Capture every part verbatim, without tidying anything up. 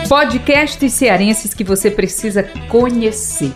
Podcasts cearenses que você precisa conhecer.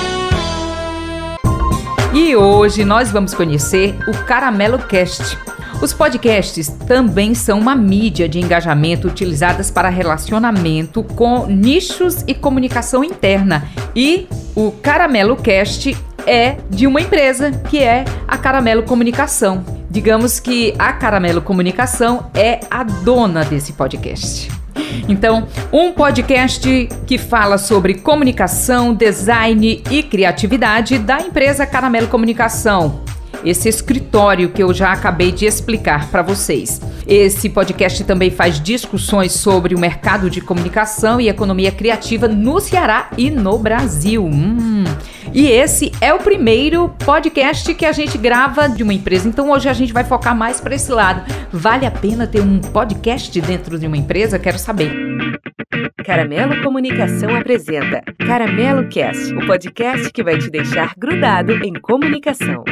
E hoje nós vamos conhecer o Caramelo Cast. Os podcasts também são uma mídia de engajamento utilizadas para relacionamento com nichos e comunicação interna. E o Caramelo Cast é de uma empresa que é a Caramelo Comunicação. Digamos que a Caramelo Comunicação é a dona desse podcast. Então, um podcast que fala sobre comunicação, design e criatividade da empresa Caramelo Comunicação. Esse escritório que eu já acabei de explicar para vocês. Esse podcast também faz discussões sobre o mercado de comunicação e economia criativa no Ceará e no Brasil. Hum. E esse é o primeiro podcast que a gente grava de uma empresa. Então hoje a gente vai focar mais para esse lado. Vale a pena ter um podcast dentro de uma empresa? Quero saber. Caramelo Comunicação apresenta Caramelo Cast, o podcast que vai te deixar grudado em comunicação.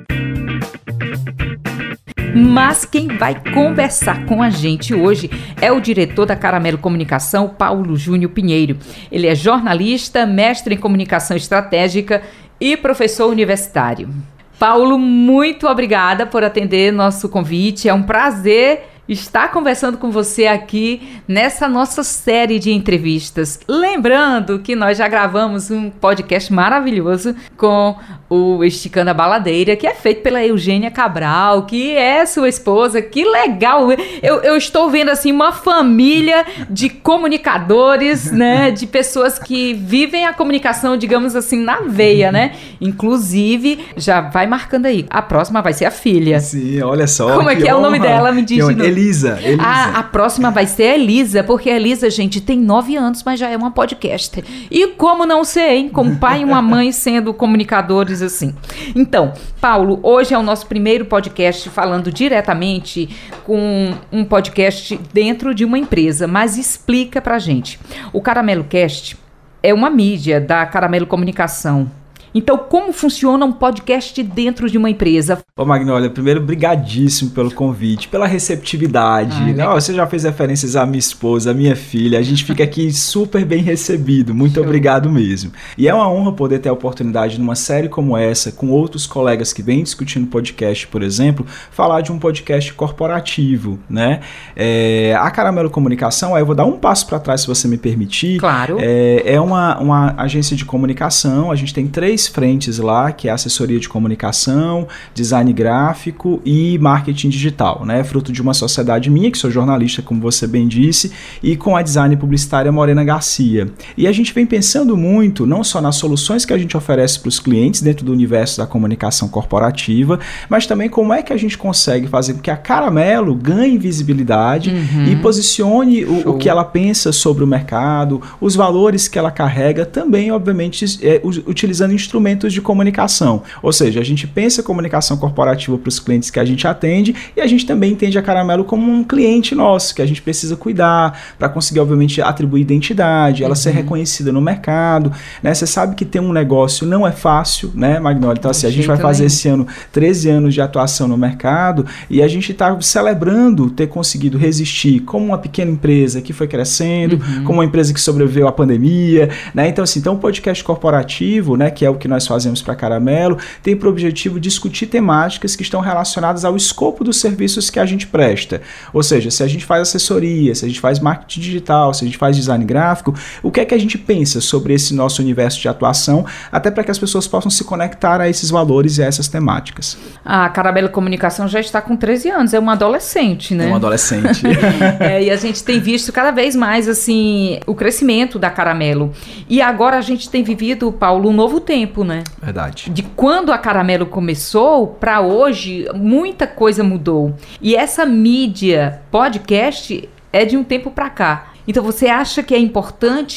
Mas quem vai conversar com a gente hoje é o diretor da Caramelo Comunicação, Paulo Júnior Pinheiro. Ele é jornalista, mestre em comunicação estratégica e professor universitário. Paulo, muito obrigada por atender nosso convite. É um prazer estar conversando com você aqui nessa nossa série de entrevistas. Lembrando que nós já gravamos um podcast maravilhoso com o Esticando a Baladeira, que é feito pela Eugênia Cabral, que é sua esposa. Que legal! Eu, eu estou vendo assim uma família de comunicadores, né? De pessoas que vivem a comunicação, digamos assim, na veia, né? Inclusive, já vai marcando aí. A próxima vai ser a filha. Sim, olha só. Como é que, que é honra. O nome dela? Me diz de novo. Elisa, Elisa. A, a próxima vai ser a Elisa, porque a Elisa, gente, tem nove anos, mas já é uma podcaster. E como não ser, hein? Como pai e uma mãe sendo comunicadores assim. Então, Paulo, hoje é o nosso primeiro podcast falando diretamente com um podcast dentro de uma empresa, mas explica pra gente. O Caramelo Cast é uma mídia da Caramelo Comunicação. Então, como funciona um podcast dentro de uma empresa? Ô, Magnólia, primeiro, brigadíssimo pelo convite, pela receptividade. Ai, né? Você já fez referências à minha esposa, à minha filha. A gente fica aqui super bem recebido. Muito Show. Obrigado mesmo. E é uma honra poder ter a oportunidade, numa série como essa, com outros colegas que vêm discutindo podcast, por exemplo, falar de um podcast corporativo, né? É, a Caramelo Comunicação, aí eu vou dar um passo para trás, se você me permitir. Claro. É, é uma, uma agência de comunicação. A gente tem três frentes lá, que é assessoria de comunicação, design gráfico e marketing digital, né? Fruto de uma sociedade minha, que sou jornalista, como você bem disse, e com a design publicitária Morena Garcia. E a gente vem pensando muito, não só nas soluções que a gente oferece para os clientes dentro do universo da comunicação corporativa, mas também como é que a gente consegue fazer com que a Caramelo ganhe visibilidade uhum. e posicione o, o que ela pensa sobre o mercado, os valores que ela carrega, também, obviamente, é, utilizando instrumentos de comunicação. Ou seja, a gente pensa comunicação corporativa para os clientes que a gente atende e a gente também entende a Caramelo como um cliente nosso, que a gente precisa cuidar para conseguir, obviamente, atribuir identidade, ela uhum. ser reconhecida no mercado, né? Você sabe que ter um negócio não é fácil, né, Magnólia? Então, assim, a gente vai fazer também. Esse ano treze anos de atuação no mercado e a gente está celebrando ter conseguido resistir como uma pequena empresa que foi crescendo, uhum. como uma empresa que sobreviveu à pandemia, né? Então, assim, então o podcast corporativo, né, que é o que nós fazemos para a Caramelo, tem por objetivo discutir temáticas que estão relacionadas ao escopo dos serviços que a gente presta. Ou seja, se a gente faz assessoria, se a gente faz marketing digital, se a gente faz design gráfico, o que é que a gente pensa sobre esse nosso universo de atuação, até para que as pessoas possam se conectar a esses valores e a essas temáticas. A Caramelo Comunicação já está com treze anos, é uma adolescente, né? É uma adolescente. é, e a gente tem visto cada vez mais, assim, o crescimento da Caramelo. E agora a gente tem vivido, Paulo, um novo tempo, né? Verdade. De quando a Caramelo começou para hoje, muita coisa mudou. E essa mídia podcast é de um tempo para cá. Então você acha que é importante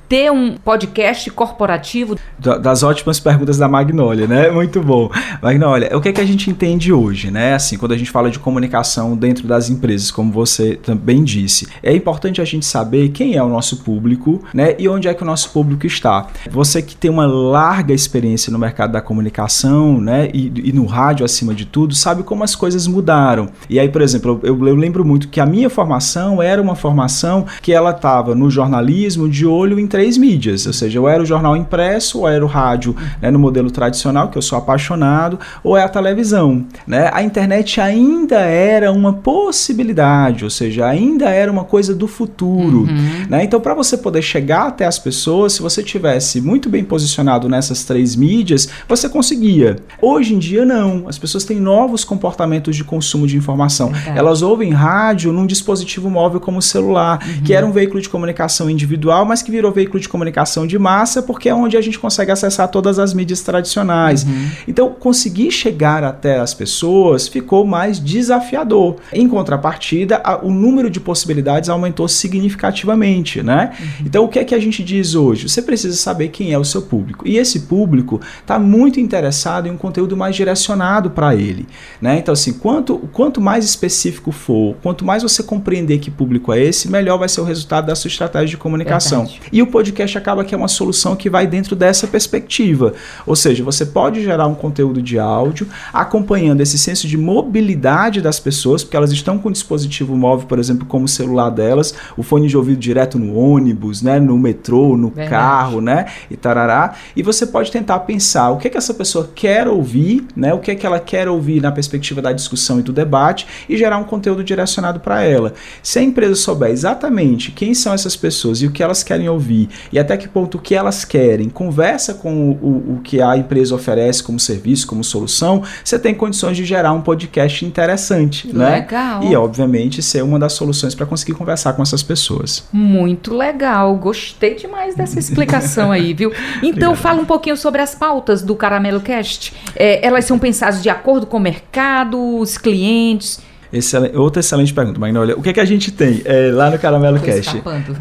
ter um podcast corporativo? Das ótimas perguntas da Magnólia, né? Muito bom. Magnólia, o que é que a gente entende hoje, né? Assim, quando a gente fala de comunicação dentro das empresas, como você também disse, é importante a gente saber quem é o nosso público, né? E onde é que o nosso público está. Você que tem uma larga experiência no mercado da comunicação, né? E, e no rádio, acima de tudo, sabe como as coisas mudaram. E aí, por exemplo, eu, eu lembro muito que a minha formação era uma formação que ela estava no jornalismo de olho em três mídias, ou seja, ou era o jornal impresso, ou era o rádio, né, no modelo tradicional, que eu sou apaixonado, ou é a televisão, né? A internet ainda era uma possibilidade, ou seja, ainda era uma coisa do futuro, uhum. né? Então, para você poder chegar até as pessoas, se você tivesse muito bem posicionado nessas três mídias, você conseguia. Hoje em dia, não. As pessoas têm novos comportamentos de consumo de informação. Verdade. Elas ouvem rádio num dispositivo móvel como o celular, uhum. que era um veículo de comunicação individual, mas que virou veículo de comunicação de massa, porque é onde a gente consegue acessar todas as mídias tradicionais. Uhum. Então, conseguir chegar até as pessoas ficou mais desafiador. Em contrapartida, a, o número de possibilidades aumentou significativamente, né? Uhum. Então, o que é que a gente diz hoje? Você precisa saber quem é o seu público. E esse público está muito interessado em um conteúdo mais direcionado para ele, né? Então, assim, quanto, quanto mais específico for, quanto mais você compreender que público é esse, melhor vai ser o resultado da sua estratégia de comunicação. Verdade. E o podcast acaba que é uma solução que vai dentro dessa perspectiva. Ou seja, você pode gerar um conteúdo de áudio acompanhando esse senso de mobilidade das pessoas, porque elas estão com um dispositivo móvel, por exemplo, como o celular delas, o fone de ouvido direto no ônibus, né, no metrô, no Verdade. carro, né, e tarará. E você pode tentar pensar o que é que essa pessoa quer ouvir, né, o que é que ela quer ouvir na perspectiva da discussão e do debate e gerar um conteúdo direcionado para ela. Se a empresa souber exatamente quem são essas pessoas e o que elas querem ouvir e até que ponto o que elas querem conversa com o, o, o que a empresa oferece como serviço, como solução, você tem condições de gerar um podcast interessante, né? Legal. E, obviamente, ser uma das soluções para conseguir conversar com essas pessoas. Muito legal. Gostei demais dessa explicação aí, viu? Então, Obrigado. Fala um pouquinho sobre as pautas do Caramelo Cast. É, elas são pensadas de acordo com o mercado, os clientes... Excelente, outra excelente pergunta, Magnólia. O que é que a gente tem é, lá no Caramelo Cast?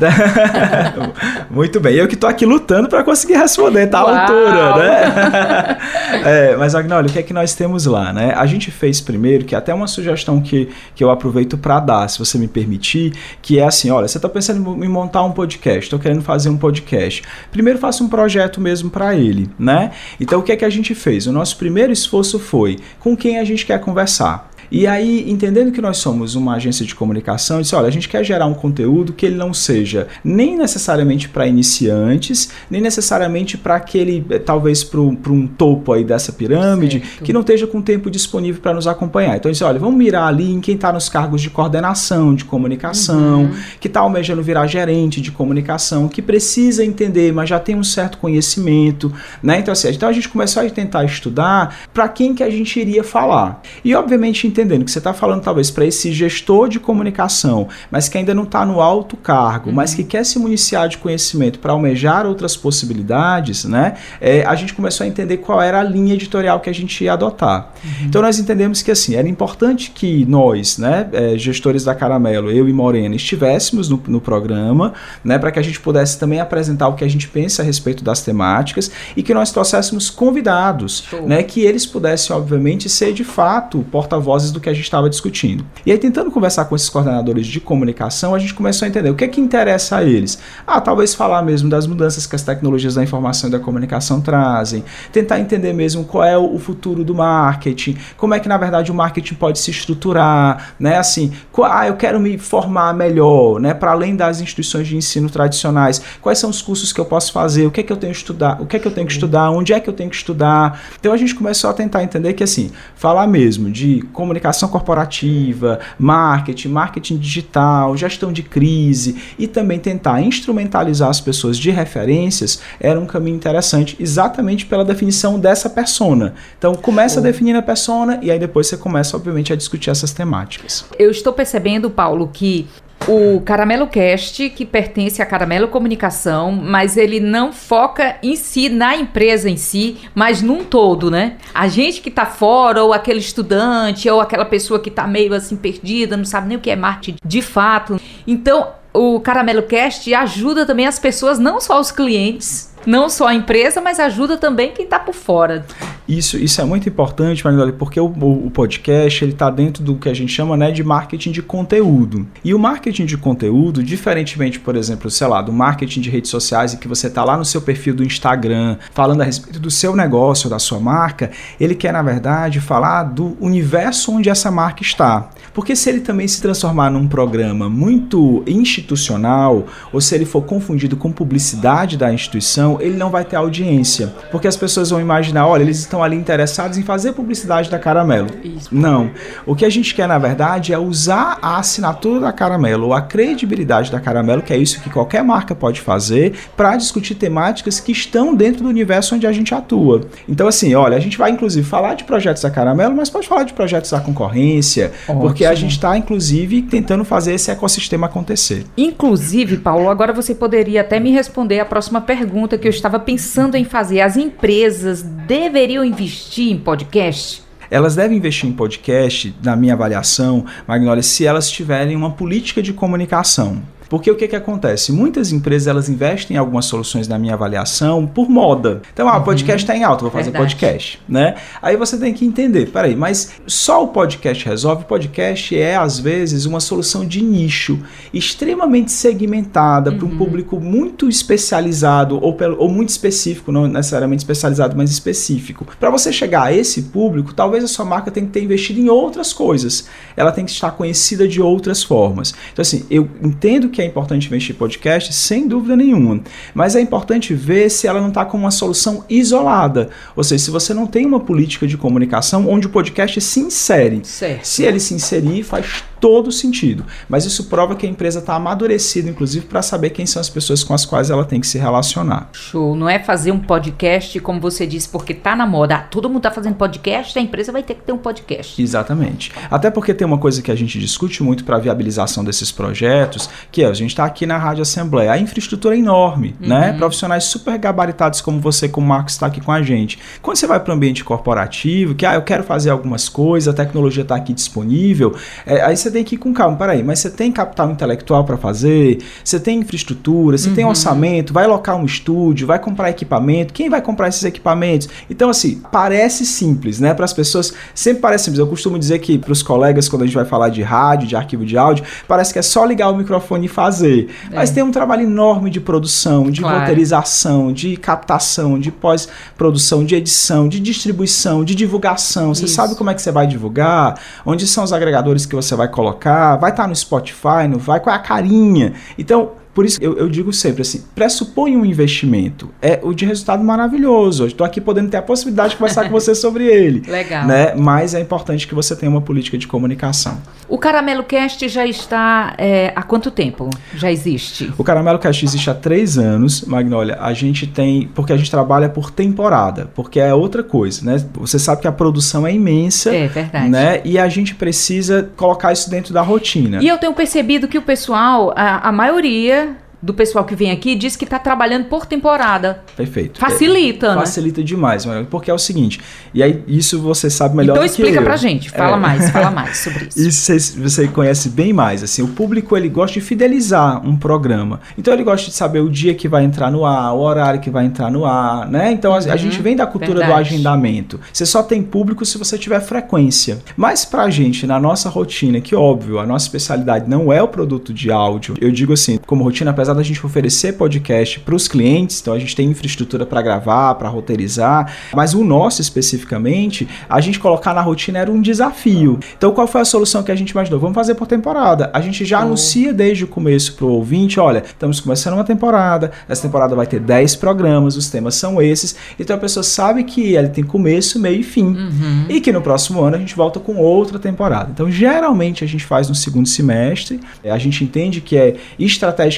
Muito bem, eu que estou aqui lutando para conseguir responder, tá? À altura, né? é, mas, Magnólia, o que é que nós temos lá, né? A gente fez primeiro, que é até uma sugestão que, que eu aproveito para dar, se você me permitir, que é assim, olha, você está pensando em montar um podcast, estou querendo fazer um podcast. Primeiro faça um projeto mesmo para ele, né? Então, o que é que a gente fez? O nosso primeiro esforço foi com quem a gente quer conversar. E aí, entendendo que nós somos uma agência de comunicação, eu disse, olha, a gente quer gerar um conteúdo que ele não seja nem necessariamente para iniciantes, nem necessariamente para aquele, talvez para um topo aí dessa pirâmide, certo. que não esteja com tempo disponível para nos acompanhar. Então, eu disse, olha, vamos mirar ali em quem está nos cargos de coordenação, de comunicação, uhum. que está almejando virar gerente de comunicação, que precisa entender, mas já tem um certo conhecimento, né? Então, assim, então a gente começou a tentar estudar para quem que a gente iria falar. E, obviamente, entendendo que você está falando talvez para esse gestor de comunicação, mas que ainda não está no alto cargo, uhum. mas que quer se municiar de conhecimento para almejar outras possibilidades, né? É, a gente começou a entender qual era a linha editorial que a gente ia adotar. Uhum. Então nós entendemos que assim, era importante que nós, né, é, gestores da Caramelo, eu e Morena, estivéssemos no, no programa, né, para que a gente pudesse também apresentar o que a gente pensa a respeito das temáticas e que nós trouxéssemos convidados, oh. né, que eles pudessem, obviamente, ser de fato porta-vozes do que a gente estava discutindo. E aí, tentando conversar com esses coordenadores de comunicação, a gente começou a entender o que é que interessa a eles. Ah, talvez falar mesmo das mudanças que as tecnologias da informação e da comunicação trazem, tentar entender mesmo qual é o futuro do marketing, como é que, na verdade, o marketing pode se estruturar, né, assim, qual, ah, eu quero me formar melhor, né, para além das instituições de ensino tradicionais, quais são os cursos que eu posso fazer, o que é que eu tenho que estudar, o que é que eu tenho que estudar, onde é que eu tenho que estudar. Então, a gente começou a tentar entender que, assim, falar mesmo de comunicação corporativa, marketing, marketing digital, gestão de crise e também tentar instrumentalizar as pessoas de referências era um caminho interessante exatamente pela definição dessa persona. Então começa oh. definindo a persona e aí depois você começa obviamente a discutir essas temáticas. Eu estou percebendo, Paulo, que o Caramelo Cast, que pertence à Caramelo Comunicação, mas ele não foca em si, na empresa em si, mas num todo, né? A gente que tá fora, ou aquele estudante, ou aquela pessoa que tá meio assim perdida, não sabe nem o que é marketing de fato. Então, o Caramelo Cast ajuda também as pessoas, não só os clientes, não só a empresa, mas ajuda também quem está por fora. Isso, isso é muito importante, Magnólia, porque o, o, o podcast está dentro do que a gente chama, né, de marketing de conteúdo. E o marketing de conteúdo, diferentemente, por exemplo, sei lá, do marketing de redes sociais, em que você está lá no seu perfil do Instagram, falando a respeito do seu negócio, da sua marca, ele quer, na verdade, falar do universo onde essa marca está. Porque se ele também se transformar num programa muito institucional, ou se ele for confundido com publicidade da instituição, ele não vai ter audiência. Porque as pessoas vão imaginar, olha, eles estão ali interessados em fazer publicidade da Caramelo. Isso. Não. O que a gente quer, na verdade, é usar a assinatura da Caramelo, ou a credibilidade da Caramelo, que é isso que qualquer marca pode fazer, para discutir temáticas que estão dentro do universo onde a gente atua. Então, assim, olha, a gente vai, inclusive, falar de projetos da Caramelo, mas pode falar de projetos da concorrência, Ótimo. Porque a gente está, inclusive, tentando fazer esse ecossistema acontecer. Inclusive, Paulo, agora você poderia até me responder a próxima pergunta que eu estava pensando em fazer. As empresas deveriam investir em podcast? Elas devem investir em podcast, na minha avaliação, Magnólia, se elas tiverem uma política de comunicação. Porque o que que acontece? Muitas empresas, elas investem em algumas soluções, na minha avaliação, por moda. Então, ah, o podcast está em alta, vou fazer Verdade. podcast, né? Aí você tem que entender, peraí, mas só o podcast resolve? O podcast é, às vezes, uma solução de nicho, extremamente segmentada, uhum. para um público muito especializado, ou, pelo, ou muito específico, não necessariamente especializado, mas específico. Para você chegar a esse público, talvez a sua marca tenha que ter investido em outras coisas. Ela tem que estar conhecida de outras formas. Então, assim, eu entendo que que é importante investir em podcast, sem dúvida nenhuma. Mas é importante ver se ela não está com uma solução isolada. Ou seja, se você não tem uma política de comunicação onde o podcast se insere. Certo. Se ele se inserir, faz todo sentido. Mas isso prova que a empresa está amadurecida, inclusive, para saber quem são as pessoas com as quais ela tem que se relacionar. Show. Não é fazer um podcast, como você disse, porque está na moda. Ah, todo mundo está fazendo podcast, a empresa vai ter que ter um podcast. Exatamente. Até porque tem uma coisa que a gente discute muito para a viabilização desses projetos, que é, a gente está aqui na Rádio Assembleia, a infraestrutura é enorme, uhum. né? Profissionais super gabaritados como você, como o Marcos está aqui com a gente. Quando você vai para o ambiente corporativo, que ah, eu quero fazer algumas coisas, a tecnologia está aqui disponível, é, aí você tem que ir com calma. Peraí, mas você tem capital intelectual para fazer, você tem infraestrutura, você uhum. tem orçamento, vai alocar um estúdio, vai comprar equipamento, quem vai comprar esses equipamentos? Então, assim, parece simples, né? Para as pessoas, sempre parece simples. Eu costumo dizer que para os colegas, quando a gente vai falar de rádio, de arquivo de áudio, parece que é só ligar o microfone e fazer. É. Mas tem um trabalho enorme de produção, de claro. roteirização, de captação, de pós-produção, de edição, de distribuição, de divulgação. Você Isso. sabe como é que você vai divulgar? Onde são os agregadores que você vai colocar? Vai estar no Spotify, não vai? Qual é a carinha? Então, por isso eu, eu digo sempre assim, pressupõe um investimento. É o de resultado maravilhoso. Estou aqui podendo ter a possibilidade de conversar com você sobre ele. Legal. Né? Mas é importante que você tenha uma política de comunicação. O Caramelo Cast já está é, há quanto tempo? Já existe? O Caramelo Cast existe há três anos, Magnólia. A gente tem, porque a gente trabalha por temporada, porque é outra coisa, né? Você sabe que a produção é imensa. É verdade. Né? E a gente precisa colocar isso dentro da rotina. E eu tenho percebido que o pessoal, a, a maioria do pessoal que vem aqui diz que está trabalhando por temporada. Perfeito. Facilita, é, né? Facilita demais, porque é o seguinte, e aí isso você sabe melhor então do que eu. Então explica pra gente, fala é. mais, fala mais sobre isso. Isso você, você conhece bem mais, assim, o público ele gosta de fidelizar um programa, então ele gosta de saber o dia que vai entrar no ar, o horário que vai entrar no ar, né? Então uhum, a gente vem da cultura verdade. do agendamento, você só tem público se você tiver frequência, mas pra gente, na nossa rotina, que óbvio, a nossa especialidade não é o produto de áudio, eu digo assim, como rotina, apesar da gente oferecer podcast para os clientes, então a gente tem infraestrutura para gravar, para roteirizar, mas o nosso especificamente, a gente colocar na rotina era um desafio. Então qual foi a solução que a gente imaginou? Vamos fazer por temporada. A gente já oh. anuncia desde o começo para o ouvinte, olha, estamos começando uma temporada, essa temporada vai ter dez programas, os temas são esses, então a pessoa sabe que ela tem começo, meio e fim, uhum. e que no próximo ano a gente volta com outra temporada. Então geralmente a gente faz no segundo semestre, a gente entende que é estrategicamente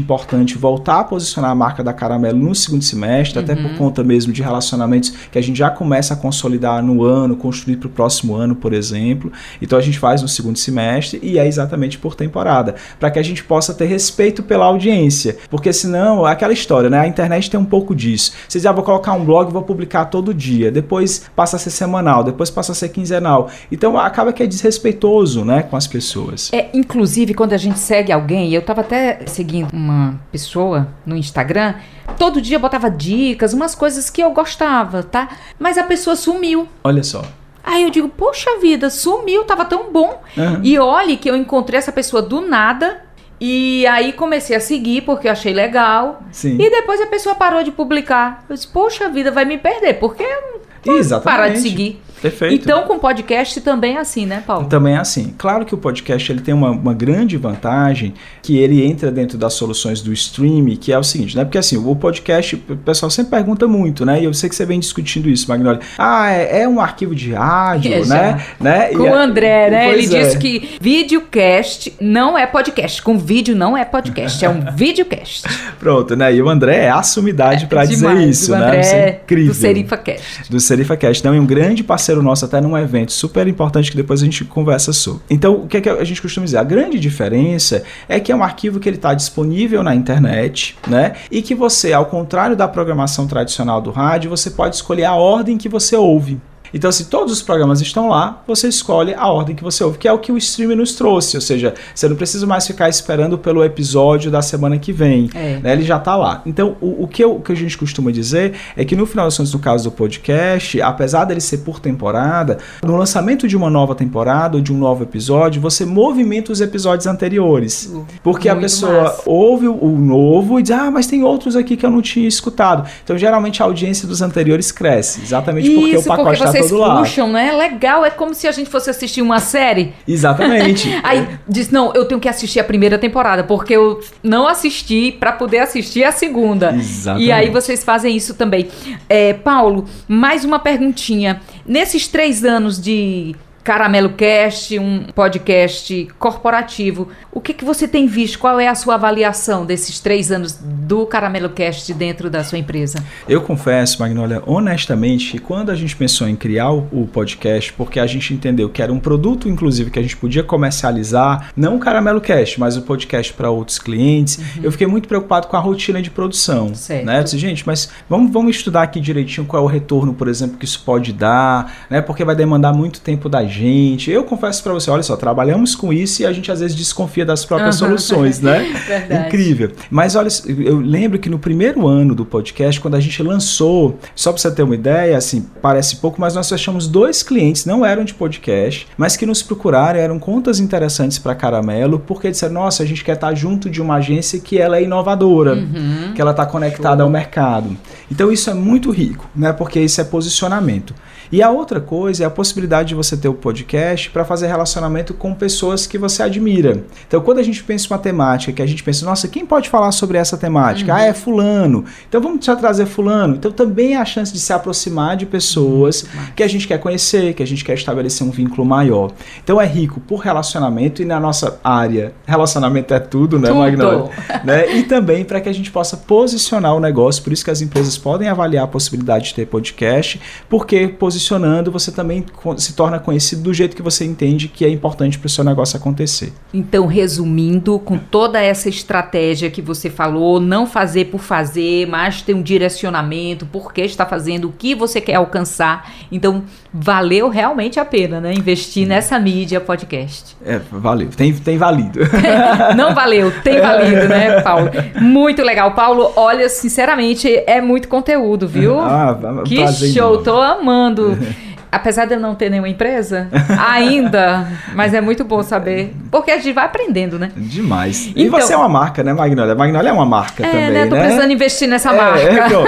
importante voltar a posicionar a marca da Caramelo no segundo semestre, uhum. até por conta mesmo de relacionamentos que a gente já começa a consolidar no ano, construir para o próximo ano, por exemplo. Então a gente faz no segundo semestre e é exatamente por temporada, para que a gente possa ter respeito pela audiência, porque senão, é aquela história, né? A internet tem um pouco disso. Você já vou colocar um blog, vou publicar todo dia, depois passa a ser semanal, depois passa a ser quinzenal. Então acaba que é desrespeitoso, né, com as pessoas. É, inclusive, quando a gente segue alguém, eu tava até seguindo uma pessoa no Instagram, todo dia botava dicas, umas coisas que eu gostava, tá? Mas a pessoa sumiu. Olha só. Aí eu digo, poxa vida, sumiu, tava tão bom. Uhum. E olhe que eu encontrei essa pessoa do nada. E aí comecei a seguir porque eu achei legal. Sim. E depois a pessoa parou de publicar. Eu disse, poxa vida, vai me perder, porque eu não parar de seguir. Perfeito. Então, com podcast também é assim, né, Paulo? Também é assim. Claro que o podcast ele tem uma, uma grande vantagem, que ele entra dentro das soluções do streaming, que é o seguinte, né? Porque assim, o podcast, o pessoal sempre pergunta muito, né? E eu sei que você vem discutindo isso, Magnólia. Ah, é, é um arquivo de rádio, é, né? né? Com e o André, né? Ele é. disse que videocast não é podcast. Com vídeo não é podcast, é um videocast. Pronto, né? E o André é a sumidade é, para dizer isso, o né? André Isso é incrível. Do SerifaCast. Do SerifaCast. Então, é um grande parceiro nosso até num evento super importante que depois a gente conversa sobre. Então, o que é que a gente costuma dizer? A grande diferença é que é um arquivo que ele está disponível na internet, né? E que você, ao contrário da programação tradicional do rádio, você pode escolher a ordem que você ouve. Então, se todos os programas estão lá, você escolhe a ordem que você ouve, que é o que o streaming nos trouxe, ou seja, você não precisa mais ficar esperando pelo episódio da semana que vem, é. né? Ele já está lá. Então, o, o, que eu, o que a gente costuma dizer é que no final das contas, no caso do podcast, apesar dele ser por temporada, no lançamento de uma nova temporada ou de um novo episódio, você movimenta os episódios anteriores, porque Muito a pessoa massa. ouve o, o novo e diz, ah, mas tem outros aqui que eu não tinha escutado. Então, geralmente, a audiência dos anteriores cresce, exatamente porque Isso, o pacote está vocês puxam, né? Legal, é como se a gente fosse assistir uma série. Exatamente. Aí diz, não, eu tenho que assistir a primeira temporada, porque eu não assisti para poder assistir a segunda. Exatamente. E aí vocês fazem isso também. É, Paulo, mais uma perguntinha. Nesses três anos de Caramelo Cast, um podcast corporativo, o que, que você tem visto? Qual é a sua avaliação desses três anos do Caramelo Cast dentro da sua empresa? Eu confesso, Magnólia, honestamente, que quando a gente pensou em criar o podcast, porque a gente entendeu que era um produto, inclusive, que a gente podia comercializar, não o Caramelo Cast, mas o podcast para outros clientes, uhum. eu fiquei muito preocupado com a rotina de produção. Certo. Né? Eu disse, gente, mas vamos, vamos estudar aqui direitinho qual é o retorno, por exemplo, que isso pode dar, né? Porque vai demandar muito tempo da gente. Gente, eu confesso para você, olha só, trabalhamos com isso e a gente às vezes desconfia das próprias uhum. soluções, né? Verdade. Incrível. Mas olha, eu lembro que no primeiro ano do podcast, quando a gente lançou, só para você ter uma ideia, assim, parece pouco, mas nós fechamos dois clientes, não eram de podcast, mas que nos procuraram, eram contas interessantes para Caramelo, porque disseram, nossa, a gente quer estar junto de uma agência que ela é inovadora, uhum. que ela está conectada ao mercado. Então isso é muito rico, né? Porque isso é posicionamento. E a outra coisa é a possibilidade de você ter o podcast para fazer relacionamento com pessoas que você admira. Então, quando a gente pensa em uma temática, que a gente pensa, nossa, quem pode falar sobre essa temática? Uhum. Ah, é fulano. Então, vamos já trazer fulano. Então, também é a chance de se aproximar de pessoas uhum. que a gente quer conhecer, que a gente quer estabelecer um vínculo maior. Então, é rico por relacionamento e na nossa área, relacionamento é tudo, né, Magnólia? né? E também para que a gente possa posicionar o negócio. Por isso que as empresas podem avaliar a possibilidade de ter podcast, porque posicionamento Posicionando, você também se torna conhecido do jeito que você entende que é importante para o seu negócio acontecer. Então, resumindo, com toda essa estratégia que você falou, não fazer por fazer, mas ter um direcionamento, por que está fazendo, o que você quer alcançar. Então, valeu realmente a pena, né? Investir hum. nessa mídia podcast. É, valeu. Tem, tem valido. Não valeu, tem valido, né, Paulo? Muito legal. Paulo, olha, sinceramente, é muito conteúdo, viu? Ah, que prazer show, enorme. Tô amando. Apesar de eu não ter nenhuma empresa ainda, mas é muito bom saber, porque a gente vai aprendendo, né? Demais. Então, e você é uma marca, né, Magnólia? Magnólia é uma marca é, também, né? Tô né? precisando investir nessa é, marca.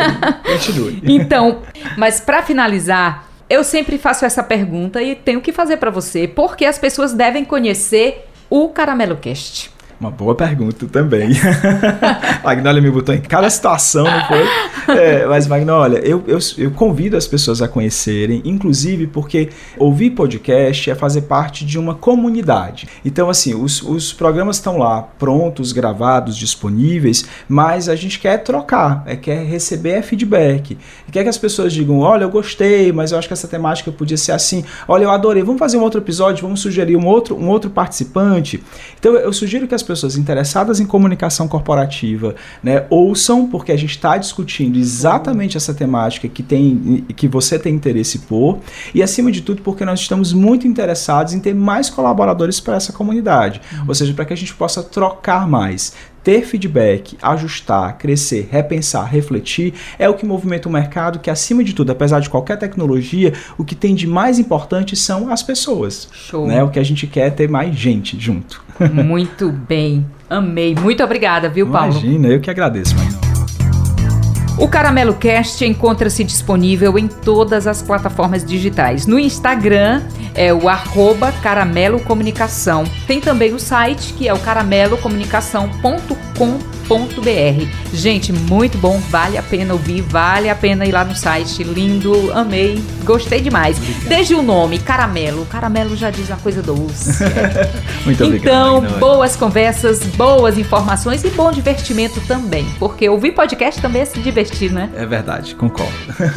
É, continue. Então, mas para finalizar, eu sempre faço essa pergunta e tenho que fazer para você, porque as pessoas devem conhecer o Caramelo Cast. Uma boa pergunta também. Magnólia me botou em cada situação, não foi? É, mas, Magnólia, eu, eu, eu convido as pessoas a conhecerem, inclusive porque ouvir podcast é fazer parte de uma comunidade. Então, assim, os, os programas estão lá prontos, gravados, disponíveis, mas a gente quer trocar, é, quer receber feedback. Quer que as pessoas digam, olha, eu gostei, mas eu acho que essa temática podia ser assim. Olha, eu adorei, vamos fazer um outro episódio, vamos sugerir um outro, um outro participante. Então, eu sugiro que as pessoas interessadas em comunicação corporativa, né, ouçam, porque a gente está discutindo exatamente essa temática que, tem, que você tem interesse por, e acima de tudo porque nós estamos muito interessados em ter mais colaboradores para essa comunidade, uhum. ou seja, para que a gente possa trocar mais. Ter feedback, ajustar, crescer, repensar, refletir é o que movimenta o mercado, que acima de tudo, apesar de qualquer tecnologia, o que tem de mais importante são as pessoas. Show. Né? O que a gente quer é ter mais gente junto. Muito bem, amei. Muito obrigada, viu, Paulo? Imagina, eu que agradeço, Magnólia. O Caramelo Cast encontra-se disponível em todas as plataformas digitais. No Instagram é o arroba Caramelo Comunicação. Tem também o site, que é o caramelo comunicação ponto com ponto b r. Gente, muito bom, vale a pena ouvir, vale a pena ir lá no site. Lindo, amei, gostei demais. Obrigado. Desde o nome, Caramelo. Caramelo já diz uma coisa doce. Muito obrigado. Então, boas conversas, boas informações e bom divertimento também. Porque ouvir podcast também é se divertir, né? É verdade, concordo.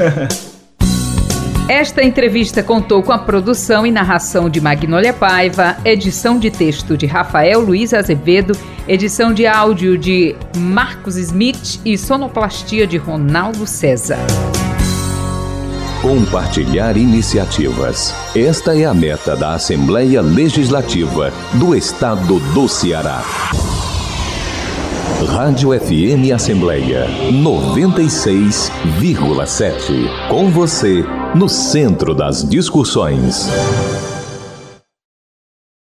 Esta entrevista contou com a produção e narração de Magnólia Paiva, edição de texto de Rafael Luiz Azevedo, edição de áudio de Marcos Smith e sonoplastia de Ronaldo César. Compartilhar iniciativas. Esta é a meta da Assembleia Legislativa do Estado do Ceará. Rádio F M Assembleia noventa e seis vírgula sete. Com você, no centro das discussões.